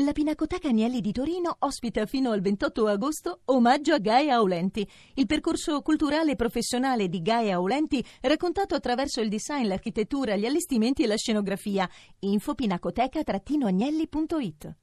La Pinacoteca Agnelli di Torino ospita fino al 28 agosto Omaggio a Gaia Aulenti, il percorso culturale e professionale di Gaia Aulenti raccontato attraverso il design, l'architettura, gli allestimenti e la scenografia. Info pinacoteca-agnelli.it.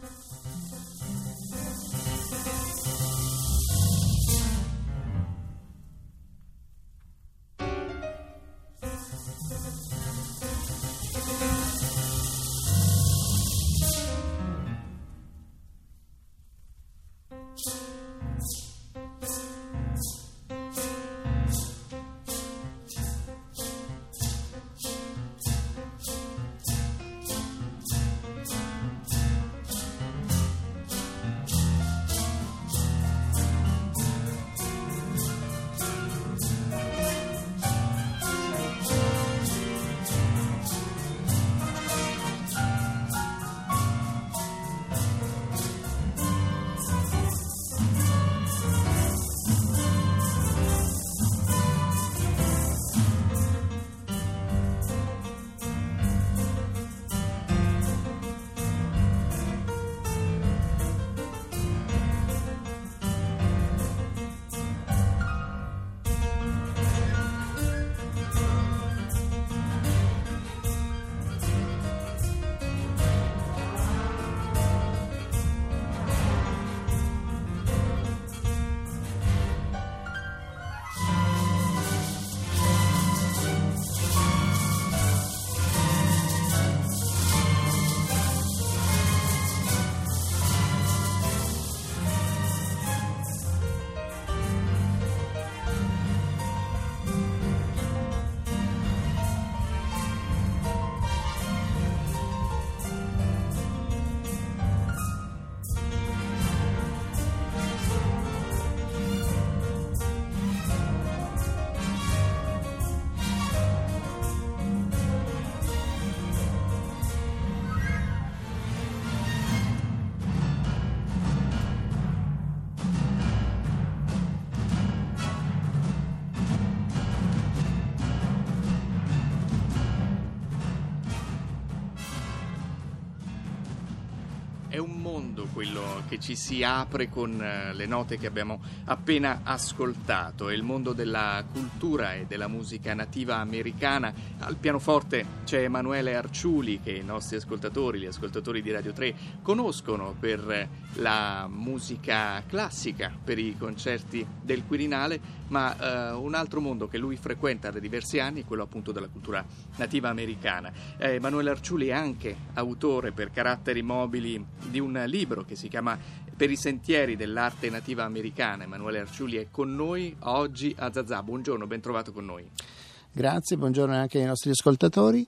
È un mondo quello che ci si apre con le note che abbiamo appena ascoltato. È il mondo della cultura e della musica nativa americana. Al pianoforte c'è Emanuele Arciuli, che i nostri ascoltatori, gli ascoltatori di Radio 3, conoscono per la musica classica, per i concerti del Quirinale, ma un altro mondo che lui frequenta da diversi anni è quello appunto della cultura nativa americana. Emanuele Arciuli è anche autore per Caratteri Mobili di un libro che si chiama Per i sentieri dell'arte nativa americana. Emanuele Arciuli è con noi oggi a Zazà. Buongiorno, ben trovato con noi. Grazie, buongiorno anche ai nostri ascoltatori.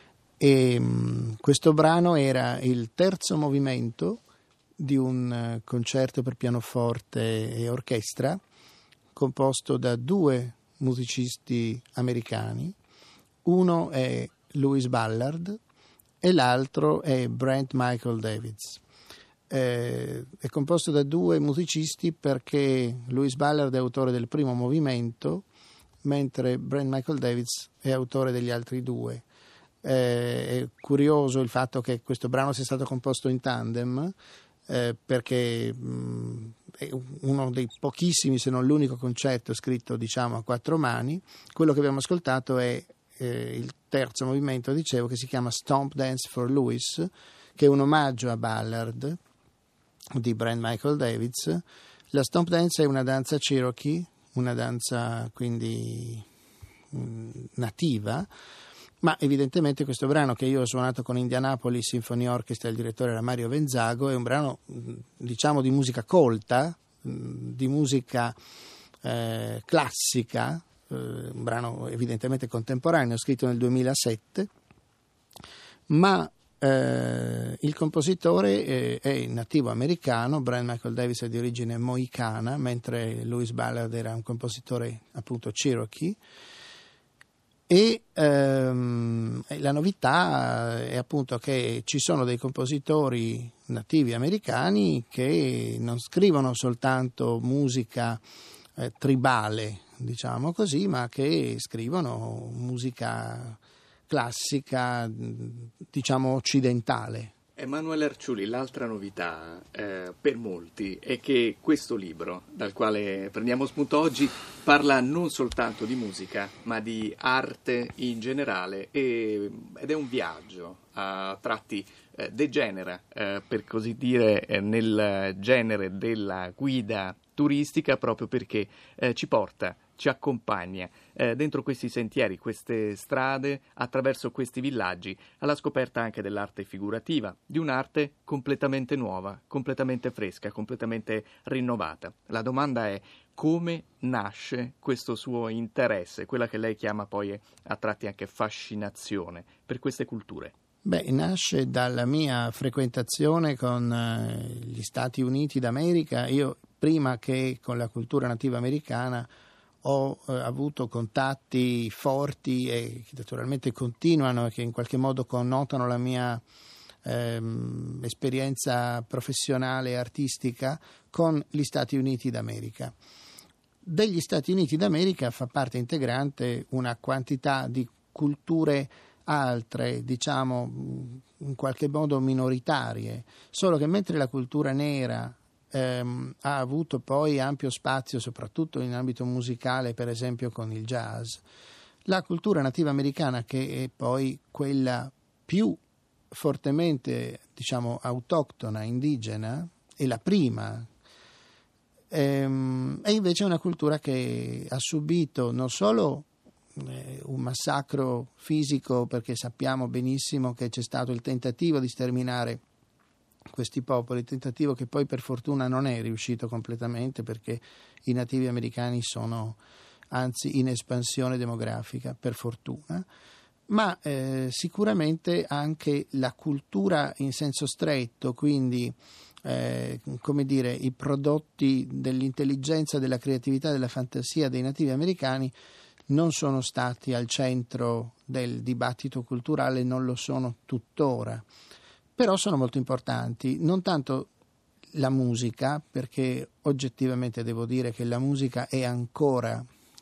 Questo brano era il terzo movimento di un concerto per pianoforte e orchestra composto da due musicisti americani. Uno è Louis Ballard e l'altro è Brent Michael Davids. È composto da due musicisti perché Louis Ballard è autore del primo movimento, mentre Brent Michael Davids è autore degli altri due. È curioso il fatto che questo brano sia stato composto in tandem, perché è uno dei pochissimi, se non l'unico concerto scritto a quattro mani. Quello che abbiamo ascoltato è il terzo movimento, dicevo, che si chiama Stomp Dance for Louis, che è un omaggio a Ballard di Brent Michael Davids. La Stomp Dance è una danza Cherokee, una danza quindi nativa, ma evidentemente questo brano, che io ho suonato con Indianapolis Symphony Orchestra, il direttore era Mario Venzago, è un brano di musica colta, di musica classica, un brano evidentemente contemporaneo, scritto nel 2007, ma il compositore è nativo americano. Brent Michael Davids è di origine mohicana, mentre Louis Ballard era un compositore appunto Cherokee. E la novità è appunto che ci sono dei compositori nativi americani che non scrivono soltanto musica tribale, diciamo così, ma che scrivono musica classica, diciamo occidentale, Emanuele Arciuli, l'altra novità per molti è che questo libro, dal quale prendiamo spunto oggi, parla non soltanto di musica, ma di arte in generale ed è un viaggio, a tratti degenera, per così dire, nel genere della guida turistica, proprio perché ci accompagna dentro questi sentieri, queste strade, attraverso questi villaggi, alla scoperta anche dell'arte figurativa, di un'arte completamente nuova, completamente fresca, completamente rinnovata. La domanda è: come nasce questo suo interesse, quella che lei chiama poi a tratti anche fascinazione per queste culture? Beh, nasce dalla mia frequentazione con gli Stati Uniti d'America. Io, prima che con la cultura nativa americana, ho avuto contatti forti e che naturalmente continuano e che in qualche modo connotano la mia esperienza professionale e artistica con gli Stati Uniti d'America. Degli Stati Uniti d'America fa parte integrante una quantità di culture altre, diciamo in qualche modo minoritarie, solo che mentre la cultura nera ha avuto poi ampio spazio soprattutto in ambito musicale, per esempio con il jazz, la cultura nativa americana, che è poi quella più fortemente, diciamo, autoctona, indigena, è la prima. È invece una cultura che ha subito non solo un massacro fisico, perché sappiamo benissimo che c'è stato il tentativo di sterminare questi popoli, tentativo che poi per fortuna non è riuscito completamente, perché i nativi americani sono anzi in espansione demografica, per fortuna, ma sicuramente anche la cultura in senso stretto, quindi come dire, i prodotti dell'intelligenza, della creatività, della fantasia dei nativi americani non sono stati al centro del dibattito culturale, non lo sono tuttora, però sono molto importanti. Non tanto la musica, perché oggettivamente devo dire che la musica è ancora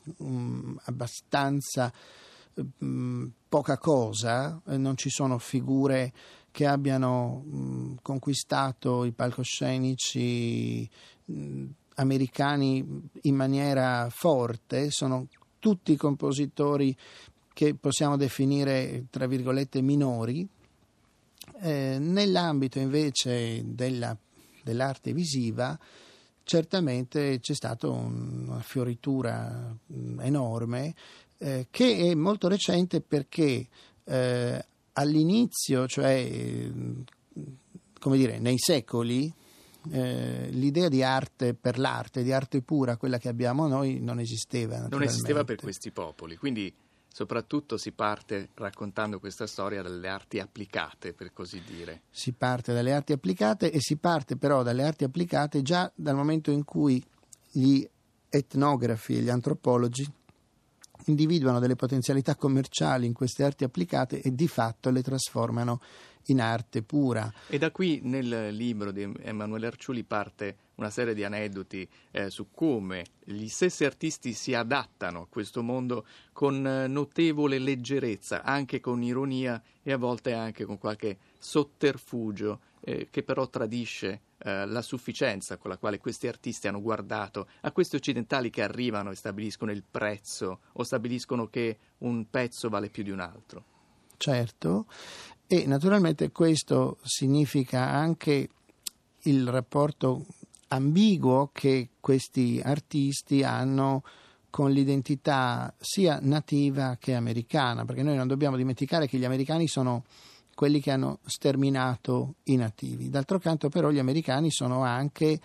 abbastanza poca cosa, non ci sono figure che abbiano conquistato i palcoscenici americani in maniera forte, sono tutti compositori che possiamo definire tra virgolette minori. Nell'ambito invece dell'arte visiva certamente c'è stata una fioritura enorme che è molto recente, perché all'inizio, cioè come dire nei secoli, l'idea di arte per l'arte, di arte pura, quella che abbiamo noi, non esisteva. Non esisteva per questi popoli, quindi soprattutto si parte raccontando questa storia dalle arti applicate, per così dire. Si parte dalle arti applicate, e si parte però dalle arti applicate già dal momento in cui gli etnografi e gli antropologi individuano delle potenzialità commerciali in queste arti applicate e di fatto le trasformano in arte pura. E da qui nel libro di Emanuele Arciuli parte una serie di aneddoti su come gli stessi artisti si adattano a questo mondo con notevole leggerezza, anche con ironia e a volte anche con qualche sotterfugio che però tradisce la sufficienza con la quale questi artisti hanno guardato a questi occidentali che arrivano e stabiliscono il prezzo o stabiliscono che un pezzo vale più di un altro. Certo, e naturalmente questo significa anche il rapporto ambiguo che questi artisti hanno con l'identità sia nativa che americana, perché noi non dobbiamo dimenticare che gli americani sono quelli che hanno sterminato i nativi. D'altro canto però gli americani sono anche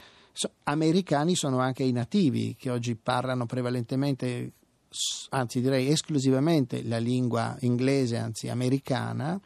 i nativi, che oggi parlano prevalentemente, anzi direi esclusivamente, la lingua inglese, anzi americana.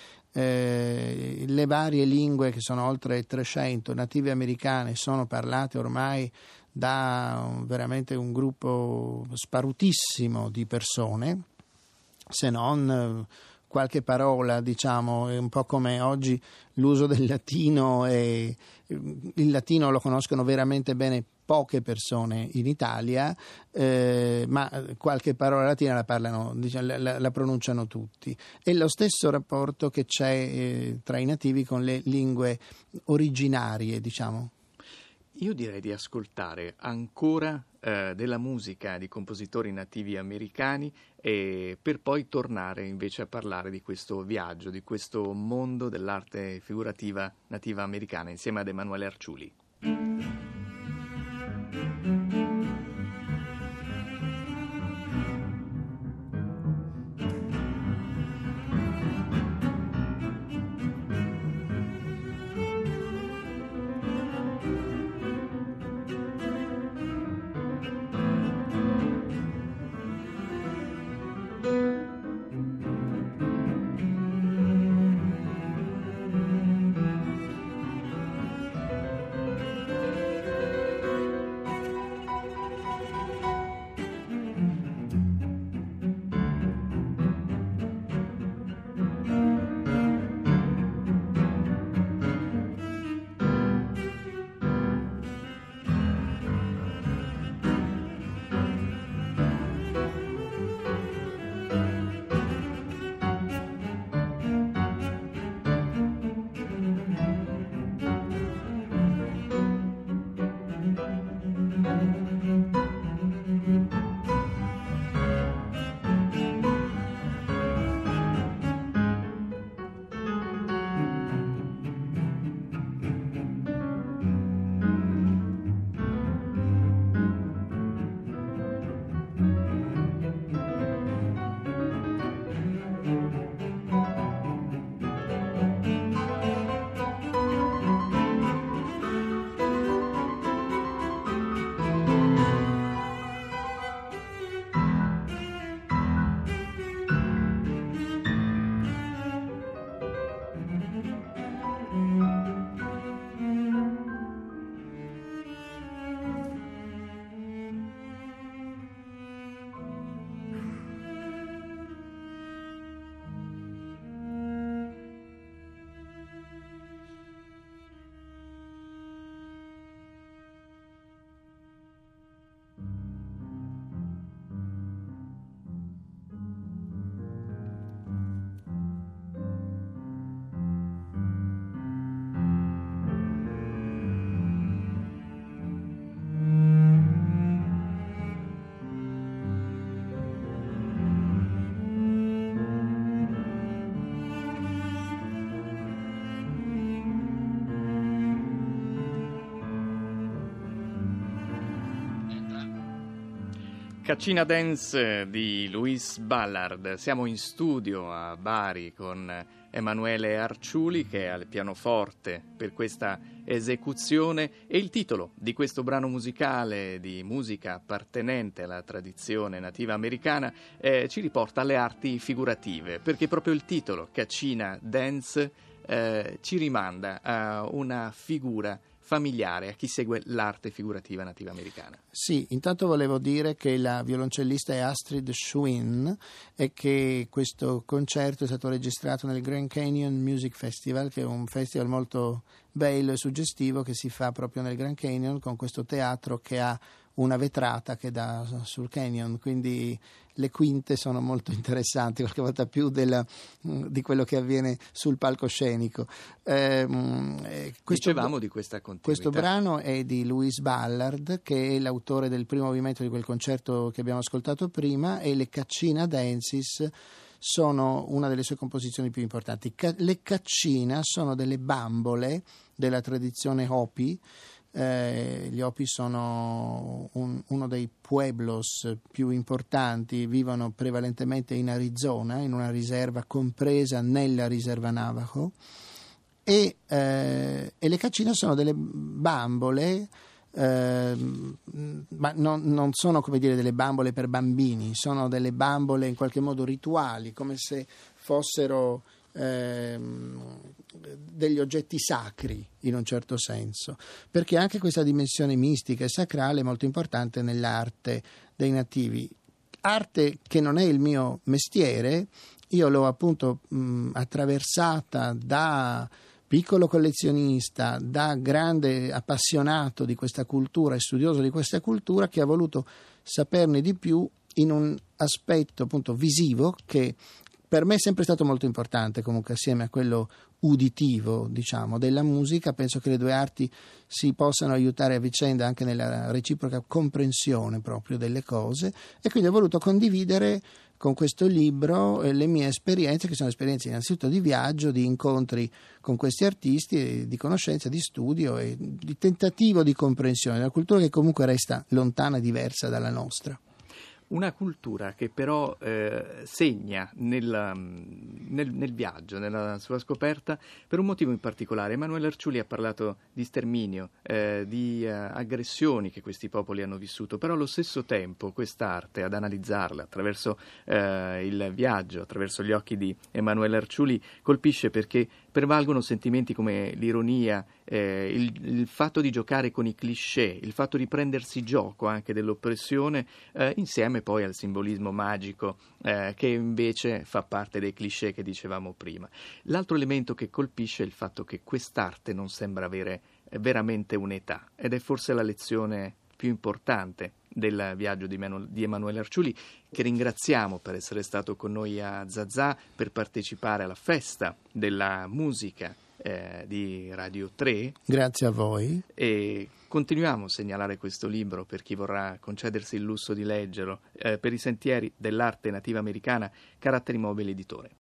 Le varie lingue, che sono oltre 300 native americane, sono parlate ormai da veramente un gruppo sparutissimo di persone, se non qualche parola, diciamo, è un po' come oggi l'uso del latino, e il latino lo conoscono veramente bene poche persone in Italia, ma qualche parola latina la parlano, diciamo, la pronunciano tutti. E lo stesso rapporto che c'è tra i nativi con le lingue originarie, diciamo. Io direi di ascoltare ancora della musica di compositori nativi americani, per poi tornare invece a parlare di questo viaggio, di questo mondo dell'arte figurativa nativa americana, insieme ad Emanuele Arciuli. Caccina Dance di Louis Ballard. Siamo in studio a Bari con Emanuele Arciuli, che è al pianoforte per questa esecuzione, e il titolo di questo brano musicale di musica appartenente alla tradizione nativa americana ci riporta alle arti figurative, perché proprio il titolo Caccina Dance ci rimanda a una figura familiare a chi segue l'arte figurativa nativa americana. Sì, intanto volevo dire che la violoncellista è Astrid Schwinn e che questo concerto è stato registrato nel Grand Canyon Music Festival, che è un festival molto bello e suggestivo che si fa proprio nel Grand Canyon, con questo teatro che ha una vetrata che dà sul canyon, quindi le quinte sono molto interessanti, qualche volta più di quello che avviene sul palcoscenico. Dicevamo di questa continuità. Questo brano è di Louis Ballard, che è l'autore del primo movimento di quel concerto che abbiamo ascoltato prima, e le Caccina Dances sono una delle sue composizioni più importanti. Le caccina sono delle bambole della tradizione Hopi. Gli Hopi sono uno dei pueblos più importanti, vivono prevalentemente in Arizona, in una riserva compresa nella riserva Navajo, e le caccine sono delle bambole, ma non sono, come dire, delle bambole per bambini, sono delle bambole in qualche modo rituali, come se fossero degli oggetti sacri in un certo senso, perché anche questa dimensione mistica e sacrale è molto importante nell'arte dei nativi, arte che non è il mio mestiere, io l'ho appunto attraversata da piccolo collezionista, da grande appassionato di questa cultura e studioso di questa cultura, che ha voluto saperne di più in un aspetto appunto visivo che per me è sempre stato molto importante, comunque assieme a quello uditivo, diciamo, della musica. Penso che le due arti si possano aiutare a vicenda anche nella reciproca comprensione proprio delle cose, e quindi ho voluto condividere con questo libro le mie esperienze, che sono esperienze innanzitutto di viaggio, di incontri con questi artisti, di conoscenza, di studio e di tentativo di comprensione della cultura che comunque resta lontana e diversa dalla nostra. Una cultura che però segna nel viaggio, nella sua scoperta, per un motivo in particolare. Emanuele Arciuli ha parlato di sterminio, di aggressioni che questi popoli hanno vissuto, però allo stesso tempo quest'arte, ad analizzarla attraverso il viaggio, attraverso gli occhi di Emanuele Arciuli, colpisce perché prevalgono sentimenti come l'ironia, il fatto di giocare con i cliché, il fatto di prendersi gioco anche dell'oppressione, insieme poi al simbolismo magico che invece fa parte dei cliché che dicevamo prima. L'altro elemento che colpisce è il fatto che quest'arte non sembra avere veramente un'età, ed è forse la lezione più importante del viaggio di Emanuele Arciuli, che ringraziamo per essere stato con noi a Zazà, per partecipare alla festa della musica di Radio 3. Grazie a voi. E continuiamo a segnalare questo libro per chi vorrà concedersi il lusso di leggerlo, per i sentieri dell'arte nativa americana, Caratteri Mobili Editore.